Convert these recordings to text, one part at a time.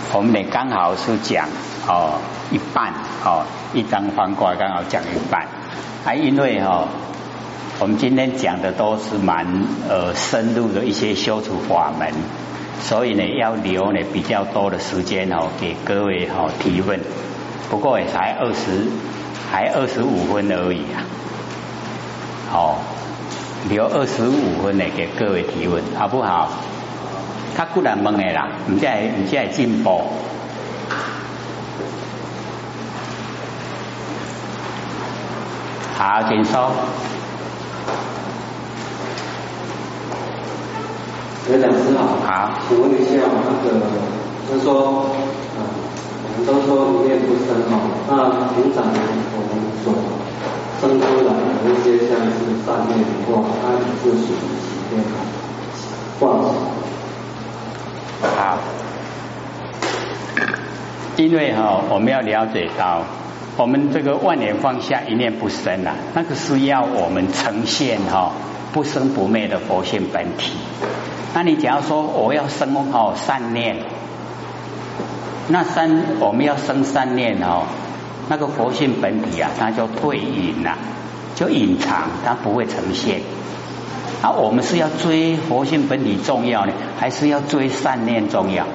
我们呢刚好是讲一半一张方卦刚好讲一半因为我们今天讲的都是蛮深入的一些修持法门，所以呢要留呢比较多的时间给各位提问，不过也才25分而已留25分呢给各位提问，好不好？较固然问的啦，唔才会进步。好，请说。 刘讲师好。 好， 请问一下就是说，我们都说一念不生那平常我们所生出来的一些像是善念的话，它是属于起念妄想。 好，因为我们要了解到，我们这个万年放下一念不生那个是要我们呈现不生不灭的佛性本体。那你假如说我要生善念，那我们要生善念那个佛性本体它就退隐就隐藏，它不会呈现。我们是要追佛性本体重要呢，还是要追善念重要？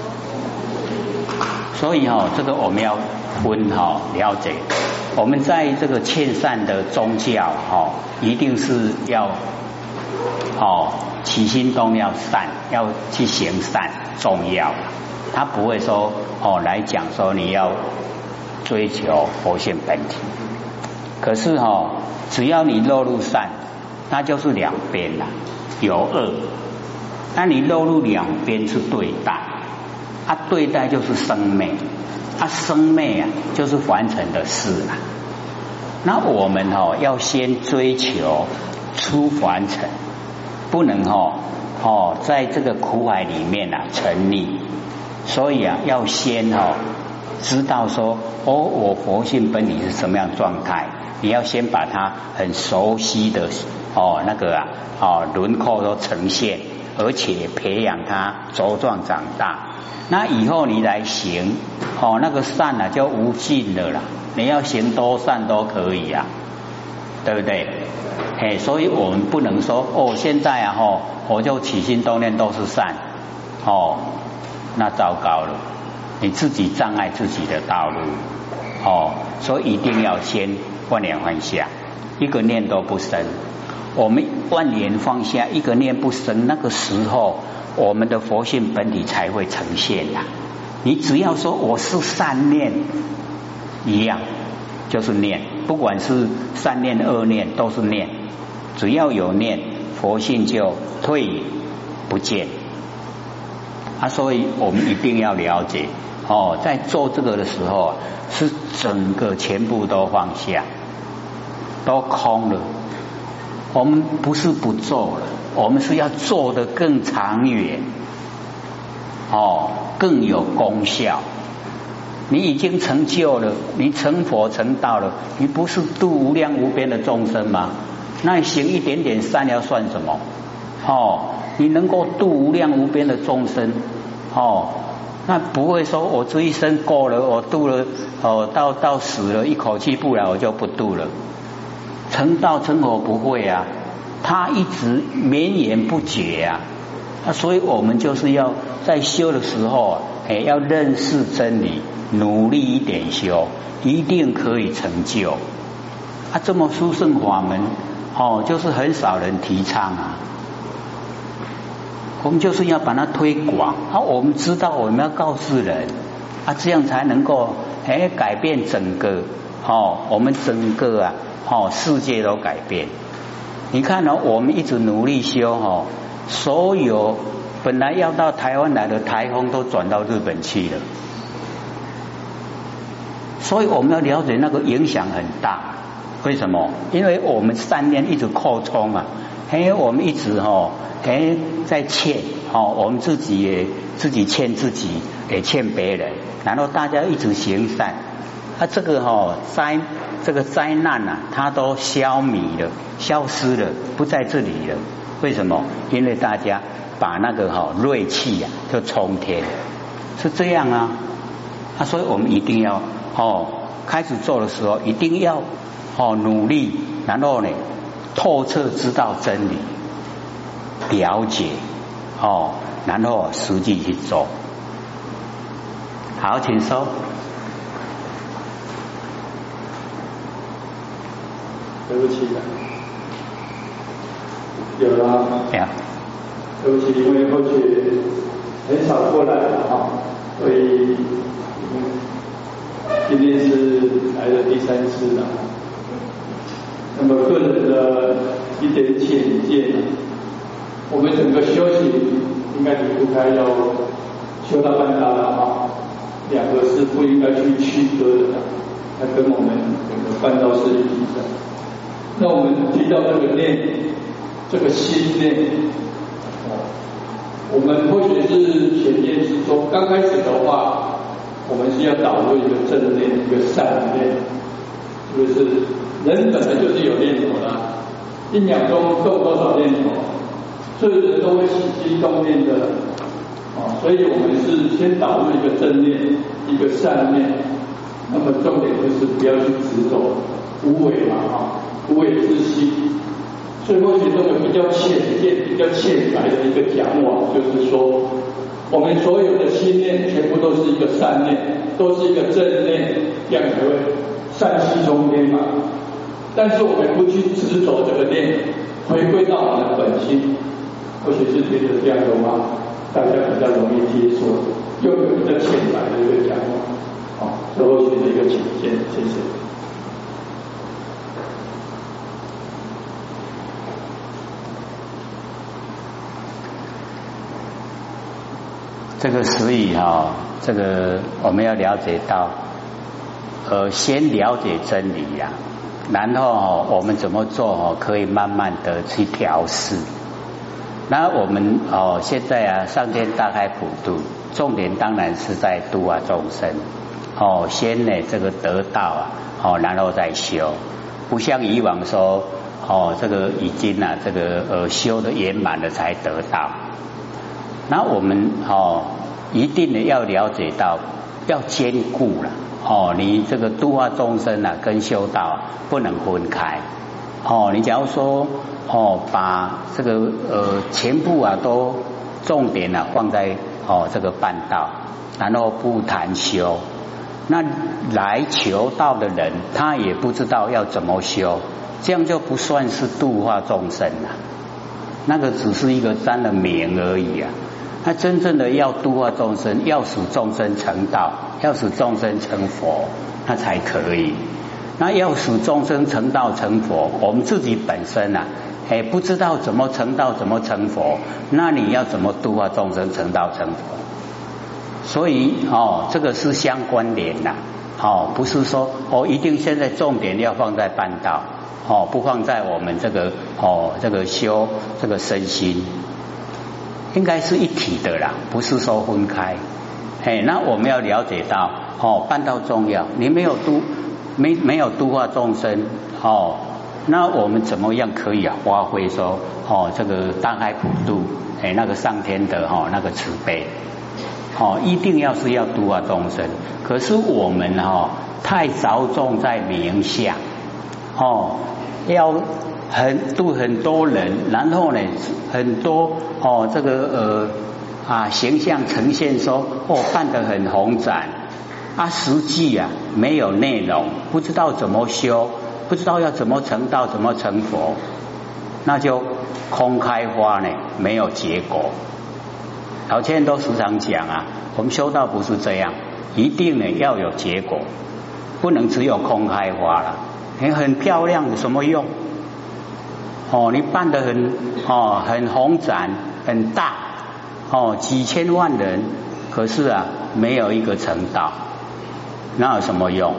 所以这个我们要分了解。我们在这个劝善的宗教一定是要起心动要善，要去行善重要。他不会说来讲说你要追求佛性本体，可是只要你落入善，那就是两边有恶，那你落入两边是对待对待就是生灭生灭就是凡尘的事那我们要先追求出凡尘，不能在这个苦海里面沉溺，所以要先知道说我佛性本体是什么样状态，你要先把它很熟悉的那个轮廓都呈现，而且培养它茁壮长大。那以后你来行那个善就无尽了啦，你要行多善都可以对不对？所以我们不能说现在我就起心动念都是善那糟糕了，你自己障碍自己的道路所以一定要先万念放下，一个念都不生。我们万念放下，一个念不生，那个时候我们的佛性本体才会呈现你只要说我是善念，一样就是念，不管是善念恶念都是念，只要有念，佛性就退隐不见所以我们一定要了解在做这个的时候是整个全部都放下，都空了。我们不是不做了，我们是要做得更长远更有功效。你已经成就了，你成佛成道了，你不是度无量无边的众生吗？那你行一点点善要算什么你能够度无量无边的众生那不会说我这一生够了，我度了到死了一口气不来我就不度了。成道成佛不会他一直绵延不绝所以我们就是要在修的时候要认识真理，努力一点修，一定可以成就这么殊胜法门就是很少人提倡我们就是要把它推广我们知道我们要告诉人这样才能够改变整个我们整个世界都改变。你看我们一直努力修所有本来要到台湾来的台风都转到日本去了，所以我们要了解那个影响很大。为什么？因为我们善念一直扩充我们一直在欠我们自己也自己欠自己，也欠别人，然后大家一直行善这个这个灾难它都消弭了，消失了，不在这里了。为什么？因为大家把那个锐气就冲天， 是这样啊。所以我们一定要开始做的时候一定要努力，然后呢透彻知道真理，了解然后实际去做。好，请说。 对不起，有啦。对不起，因为过去很少过来了所以今天是来的第3次了。那么个人的一点浅见，我们整个修行应该离不开要修到半大了两个是不应该去区隔的，它跟我们整个半道是一体的。那我们提到这个念，这个心念，我们或许是浅见之中，刚开始的话，我们是要导入一个正念，一个善念，是不是？人本来就是有念头的，1秒钟动多少念头，所有人都会起心动念的，所以我们是先导入一个正念，一个善念，那么重点就是不要去执着无为无为之心。所以或许这个比较浅见、比较浅白的一个讲法，就是说，我们所有的心念全部都是一个善念，都是一个正念，这样才会善息中天嘛。但是我们不去执着这个念，回归到我们的本心，或许是觉得这样的话，大家比较容易接受，又有比较浅白的一个讲法，这或许是一个浅见。谢谢。 这个所以这个我们要了解到，先了解真理呀，然后我们怎么做可以慢慢的去调试。那我们现在上天大开普度，重点当然是在度化众生。先呢这个得道然后再修，不像以往说这个已经这个修的圆满了才得道。那我们一定的要了解到，要兼顾了你这个度化众生跟修道不能分开。你假如说把这个全部都重点放在这个办道，然后不谈修，那来求道的人他也不知道要怎么修，这样就不算是度化众生了，那个只是一个沾了名而已啊。那真正的要度化众生，要使众生成道，要使众生成佛，那才可以。那要使众生成道成佛，我们自己本身不知道怎么成道，怎么成佛，那你要怎么度化众生成道成佛？所以这个是相关联不是说一定现在重点要放在办道不放在我们这个这个修这个身心。应该是一体的啦，不是说分开。那我们要了解到办道重要，你没有度化众生那我们怎么样可以发挥说这个大开普度那个上天的那个慈悲一定要度化众生。可是我们太着重在名相要度很多人，然后呢很多这个形象呈现说办得很宏展实际没有内容，不知道怎么修，不知道要怎么成道，怎么成佛，那就空开花呢，没有结果。老千人都时常讲我们修道不是这样，一定呢要有结果，不能只有空开花了。你很漂亮有什么用？你办得很宏展很大几千万人，可是没有一个成道，那有什么用？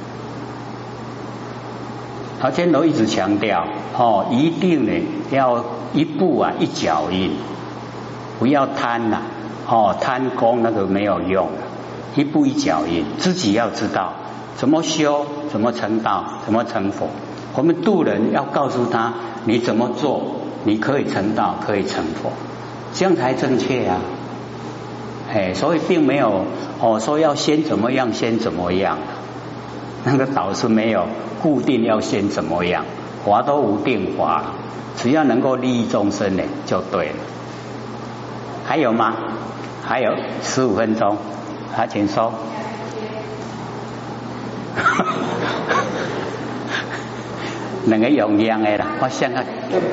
老千都一直强调一定呢要一步一脚印，不要贪贪功那个没有用，一步一脚印，自己要知道怎么修，怎么成道，怎么成佛。我们度人要告诉他你怎么做，你可以成道，可以成佛，这样才正确所以并没有说要先怎么样先怎么样，那个导师没有固定要先怎么样，法都无定法，只要能够利益众生呢就对了。还有吗？还有15分钟，请说。两个用样的啦，我想啊。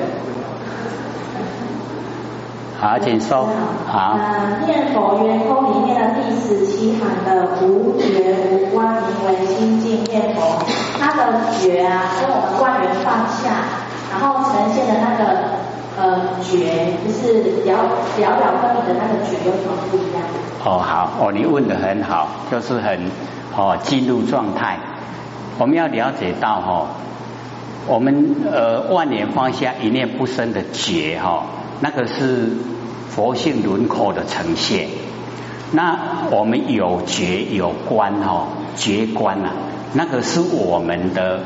好，请说。好。 念佛圆通里面的第17行的无觉无观名为心净念佛，它的觉啊，跟我们观缘放下，然后呈现的那个觉，就是了分明的那个觉有什么不一样？ 好你问得很好，就是很进入状态。我们要了解到我们万年放下一念不生的觉那个是佛性轮廓的呈现。那我们有觉有观觉观那个是我们的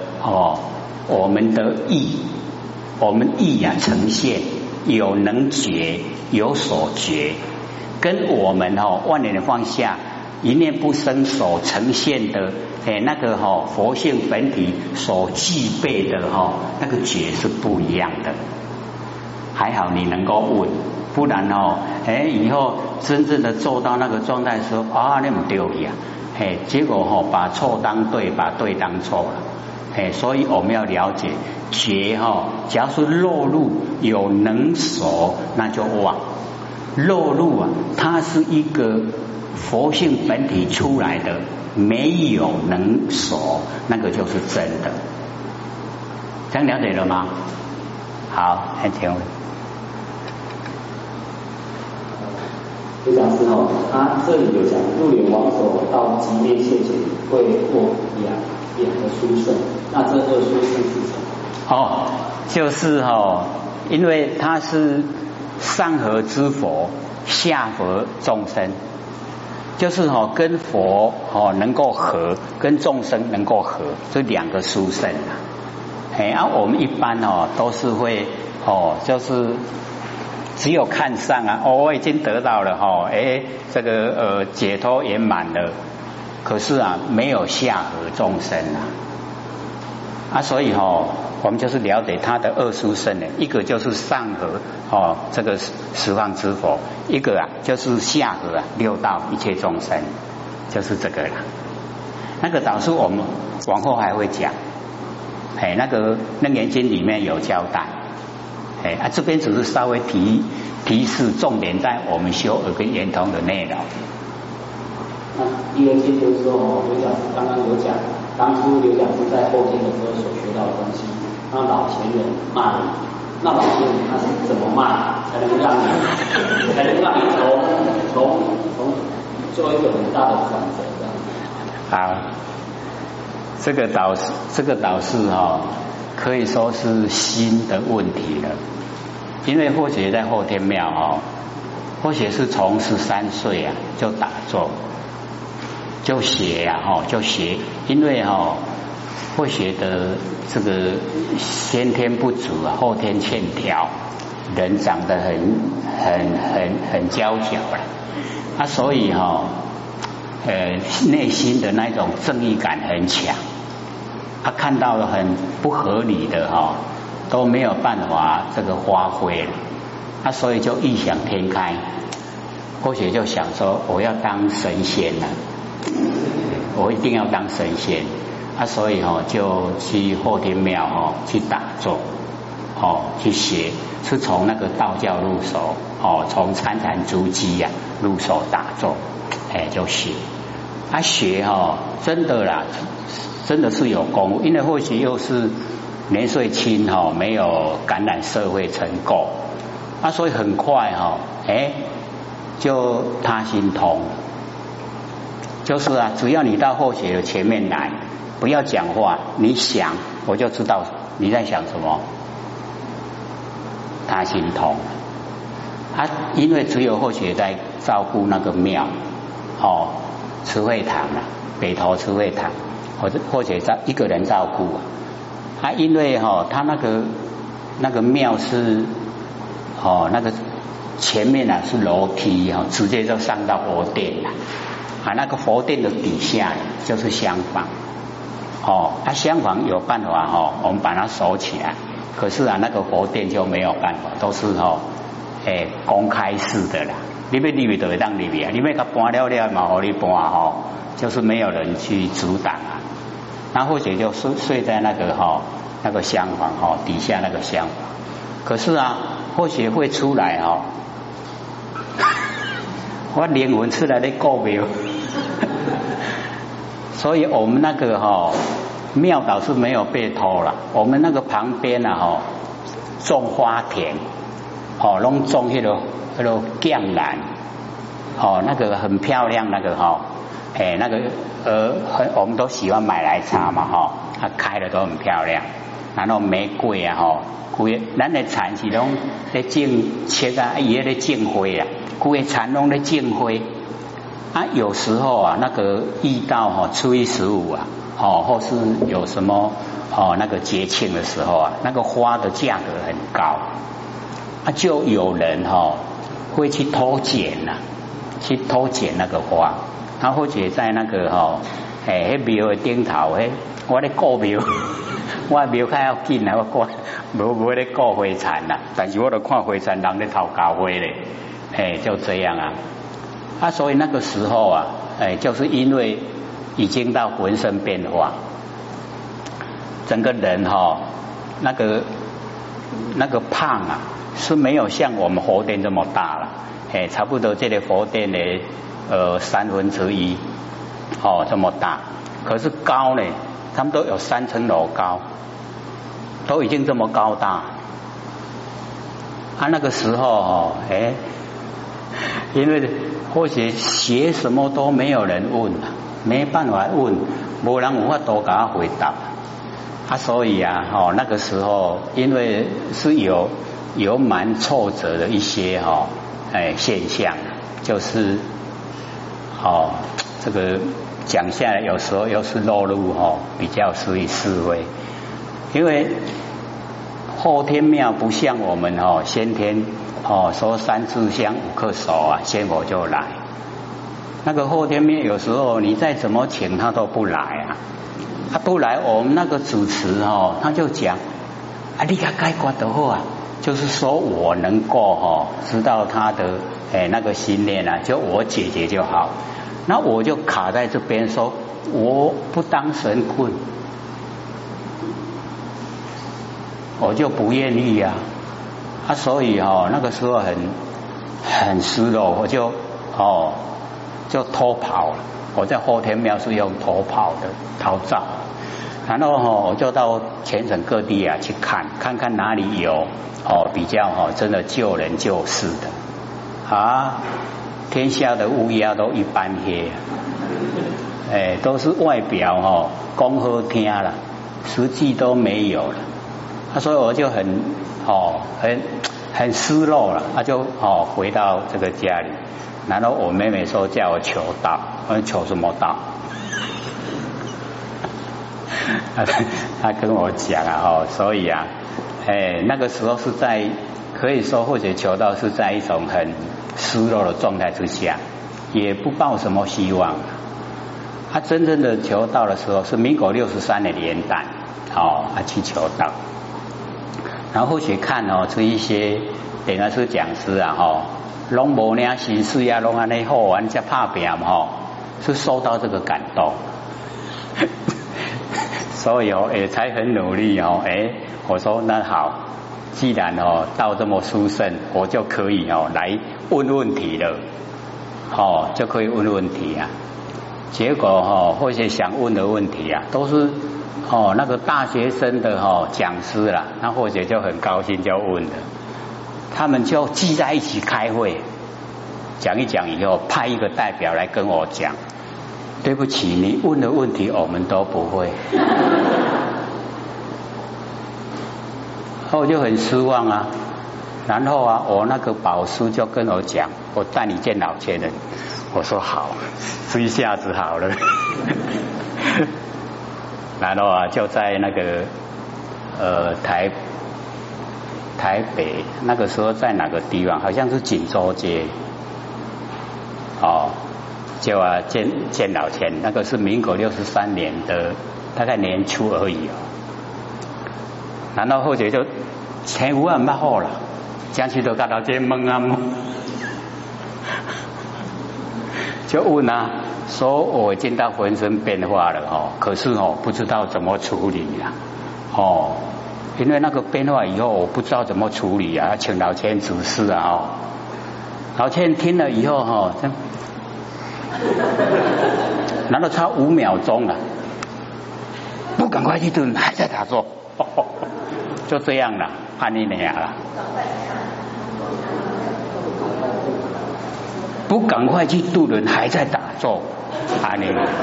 意，我们意呈现有能觉有所觉，跟我们万年的放下一念不生所呈现的那个佛性本体所具备的那个觉是不一样的。还好你能够问，不然以后真正的做到那个状态的时候那么丢呀，结果把错当对，把对当错了。所以我们要了解觉只要是落入有能所，那就忘。落入它是一个佛性本体出来的，没有能所，那个就是真的。这样了解了吗？好，请问。 刘讲师他这里有讲入眼王手到极灭现前会获两个殊胜，那这2殊胜是什么？ 就是因为他是上合之佛，下合众生，就是跟佛能够合，跟众生能够合，这2个殊胜我们一般都是会就是只有看上我已经得到了这个解脱圆满了，可是没有下合众生所以我们就是了解他的2殊胜一个就是上合这个十方之佛，一个就是下合六道一切众生，就是这个啦。那个导师我们往后还会讲，那个楞严经里面有交代，这边只是稍微提示，重点在我们修耳根圆通的内容。 那第2件就是说，刘讲师刚刚有讲，当初刘讲师在后天的时候所学到的东西，让老前人骂你，那老前人他是怎么骂才能让你从做一个很大的转折这样子？ 好，这个导师可以说是心的问题了，因为或许在后天庙或许是从13岁就打坐。就学就学，因为或学的这个先天不足后天欠条，人长得很娇小了所以内心的那种正义感很强，看到了很不合理的都没有办法这个发挥了所以就异想天开，或许就想说我要当神仙了，我一定要当神仙所以就去后天庙去打坐去学，是从那个道教入手从参禅足基入手打坐就学学真的啦，真的是有功夫，因为或许又是年岁轻没有感染社会成垢所以很快就他心通。就是只要你到后学的前面来，不要讲话，你想我就知道你在想什么。他心通因为只有后学在照顾那个庙慈惠堂北投慈惠堂，或者一个人照顾因为他那个庙是那个前面啊是楼梯哈，直接就上到佛殿了啊。那个佛殿的底下就是厢房哦，厢房有办法哦，我们把它收起来。可是啊，那个佛殿就没有办法，都是公开式的啦。你要入去就会当入去啊，你要甲搬了嘛，互你搬吼，就是没有人去阻挡啊。然后或者就睡在那个那个厢房底下那个厢房。可是啊，或许会出来我灵魂出来的顾庙，所以我们那个庙倒是没有被偷了。我们那个旁边啊种花田，拢种那个薑兰，那个很漂亮那个那个我们都喜欢买来插嘛它开的都很漂亮。然后玫瑰啊咱的田是拢在种切啊，伊在种花啊，规个田拢在种花啊。有时候啊，那个遇到初一十五啊，或是有什么那个节庆的时候啊，那个花的价格很高啊，就有人会去偷捡呐，去偷捡那个花，然后或者在那个迄庙的顶头我咧顾庙。我庙较要紧啊，我无咧顾花田啦，但是我都看花田人咧偷交花咧，就这样啊。所以那个时候啊，就是因为已经到浑身变化，整个人那个胖啊是没有像我们佛殿这么大了，差不多这个佛殿的1/3这么大，可是高呢，他们都有3层楼高。都已经这么高大那个时候因为或许写什么都没有人问没办法问，没人有法度给他回答所以那个时候因为是有蛮挫折的一些现象，就是这个讲下来有时候又是落入比较属于是非。因为后天庙不像我们先天说3炷香5颗手仙佛就来。那个后天庙有时候你再怎么请他都不来他不来，我们那个主持他就讲你给他解决的话就是说我能够知道他的那个心念就我解决就好。那我就卡在这边说我不当神棍，我就不愿意所以那个时候很失落，我就偷跑了。我在后天庙是用偷跑的逃灶，然后我就到全省各地去看看哪里有比较真的救人救世的天下的乌鸦都一般黑都是外表讲好听了，实际都没有了。所以我就很失落了，就回到这个家里。然后我妹妹说叫我求道，我说求什么道？她跟我讲所以那个时候是在可以说或者求道是在一种很失落的状态之下，也不抱什么希望。真正的求道的时候是民国63年元旦去求道。然后或许看这一些等于是讲师拢无领心事拢安尼好玩才拍拼是受到这个感动所以也才很努力我说那好，既然到这么殊胜，我就可以来问问题了就可以问问题结果或许想问的问题都是那个大学生的讲师啦，那或者就很高兴就问了，他们就聚在一起开会，讲一讲以后派一个代表来跟我讲，对不起，你问的问题我们都不会我就很失望然后我那个宝师就跟我讲，我带你见老前人。我说好，这一下子好了然后就在那个台北那个时候在哪个地方？好像是锦州街。哦，就见老千，那个是民国63年的大概年初而已哦。然后后者就前5万蛮好了，将去都看到这懵啊懵，就问啊，说我见到浑身变化了哦，可是哦不知道怎么处理呀、哦，因为那个变化以后我不知道怎么处理啊，请老千指示啊哦。老千听了以后哈，然后差5秒钟了，不赶快去蹲，还在打坐，就这样了，叛逆那样了。不赶快去渡人，还在打坐，叛逆。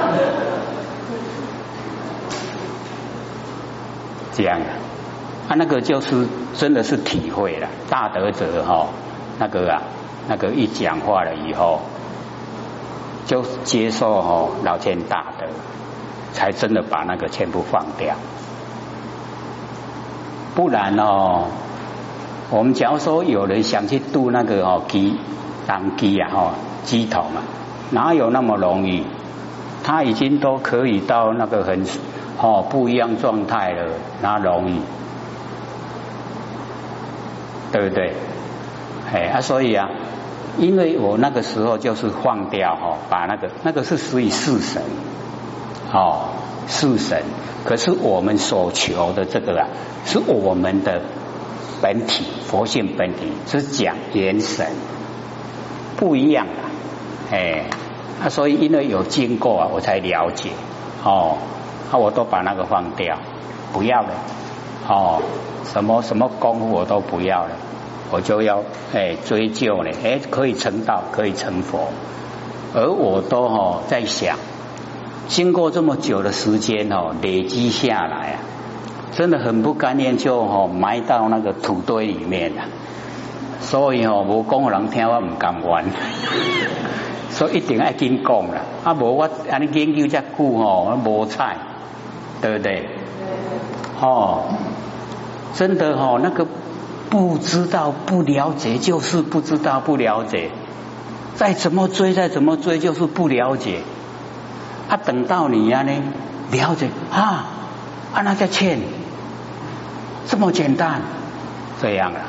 这样啊，那个就是真的是体会了，大德者哈，那个一讲话了以后，就接受哦老天大德，才真的把那个全部放掉。不然哦，我们假如说有人想去渡那个哦当机啊哦鸡头嘛，哪有那么容易？他已经都可以到那个很不一样状态了，哪容易？对不对？所以啊，因为我那个时候就是放掉把那个是属于四神四神，可是我们所求的这个啊，是我们的本体，佛性本体，是讲元神，不一样啊。所以因为有经过啊，我才了解我都把那个放掉，不要了什么功夫我都不要了。我就要追究呢，可以成道，可以成佛，而我都在想，经过这么久的时间累积下来啊，真的很不甘愿就埋到那个土堆里面了。所以无讲人听我唔甘愿，所以一定要紧讲啦。无我安尼研究这久无菜，对不对？真的那个。不知道不了解就是不知道不了解，再怎么追就是不了解啊！等到你呢了解那叫欠，这么简单，这样了。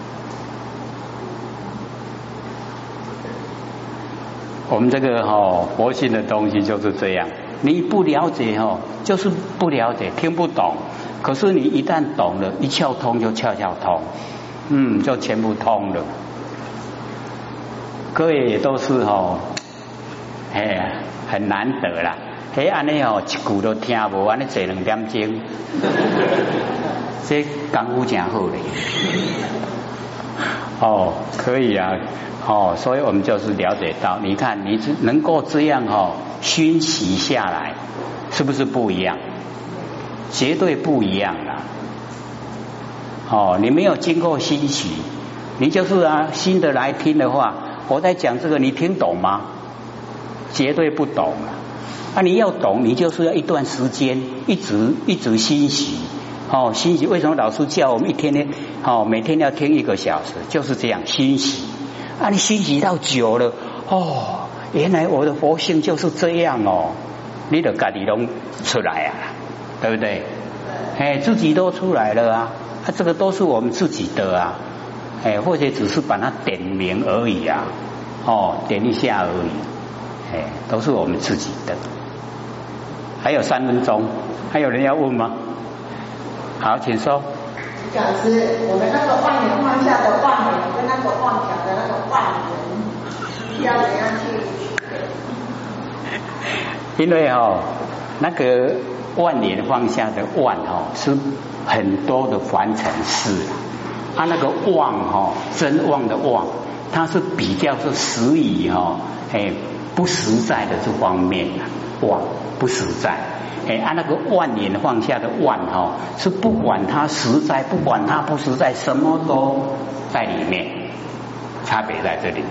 我们这个佛性的东西就是这样，你不了解就是不了解，听不懂。可是你一旦懂了，一窍通就窍通，就全部通了。各位也都是很难得啦。安尼一句都听无，安尼坐2点钟，这功夫真好嘞。可以啊，所以我们就是了解到，你看你能够这样熏习下来，是不是不一样？绝对不一样啦！你没有经过熏习，你就是新的来听的话，我在讲这个，你听懂吗？绝对不懂你要懂，你就是要一段时间，一直熏习。熏习为什么老师叫我们一天呢？每天要听1个小时，就是这样熏习。你熏习到久了，原来我的佛性就是这样你的自己都出来啊。对不对？自己都出来了啊！这个都是我们自己的啊！或者只是把它点名而已啊！点一下而已，都是我们自己的。还有3分钟，还有人要问吗？好，请说。 讲师，我们那个妄言妄下的妄言跟那个妄想的那个妄言，要怎样去？ 因为那个。万言放下的万是很多的凡尘事那个妄真妄的妄，它是比较是实以不实在的这方面妄不实在那个万言放下的万是不管它实在不管它不实在，什么都在里面，差别在这里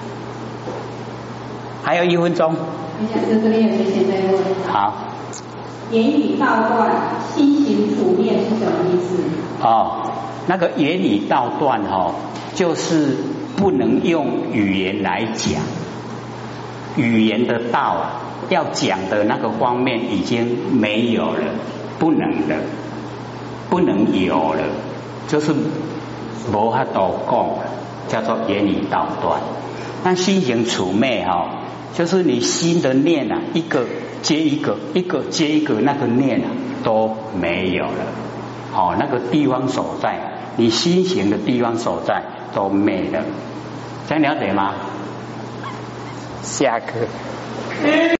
还有1分钟。 这边有学生在问。 好。 言语道断，心行处灭是什么意思？ 那个言语道断就是不能用语言来讲，语言的道啊，要讲的那个方面已经没有了，不能了，不能有了，就是无法度讲了，叫做言语道断。那心行处灭就是你心的念啊，一个接一个，一个接一个，那个念啊都没有了，那个地方所在，你心行的地方所在都没了，这样了解吗？下课。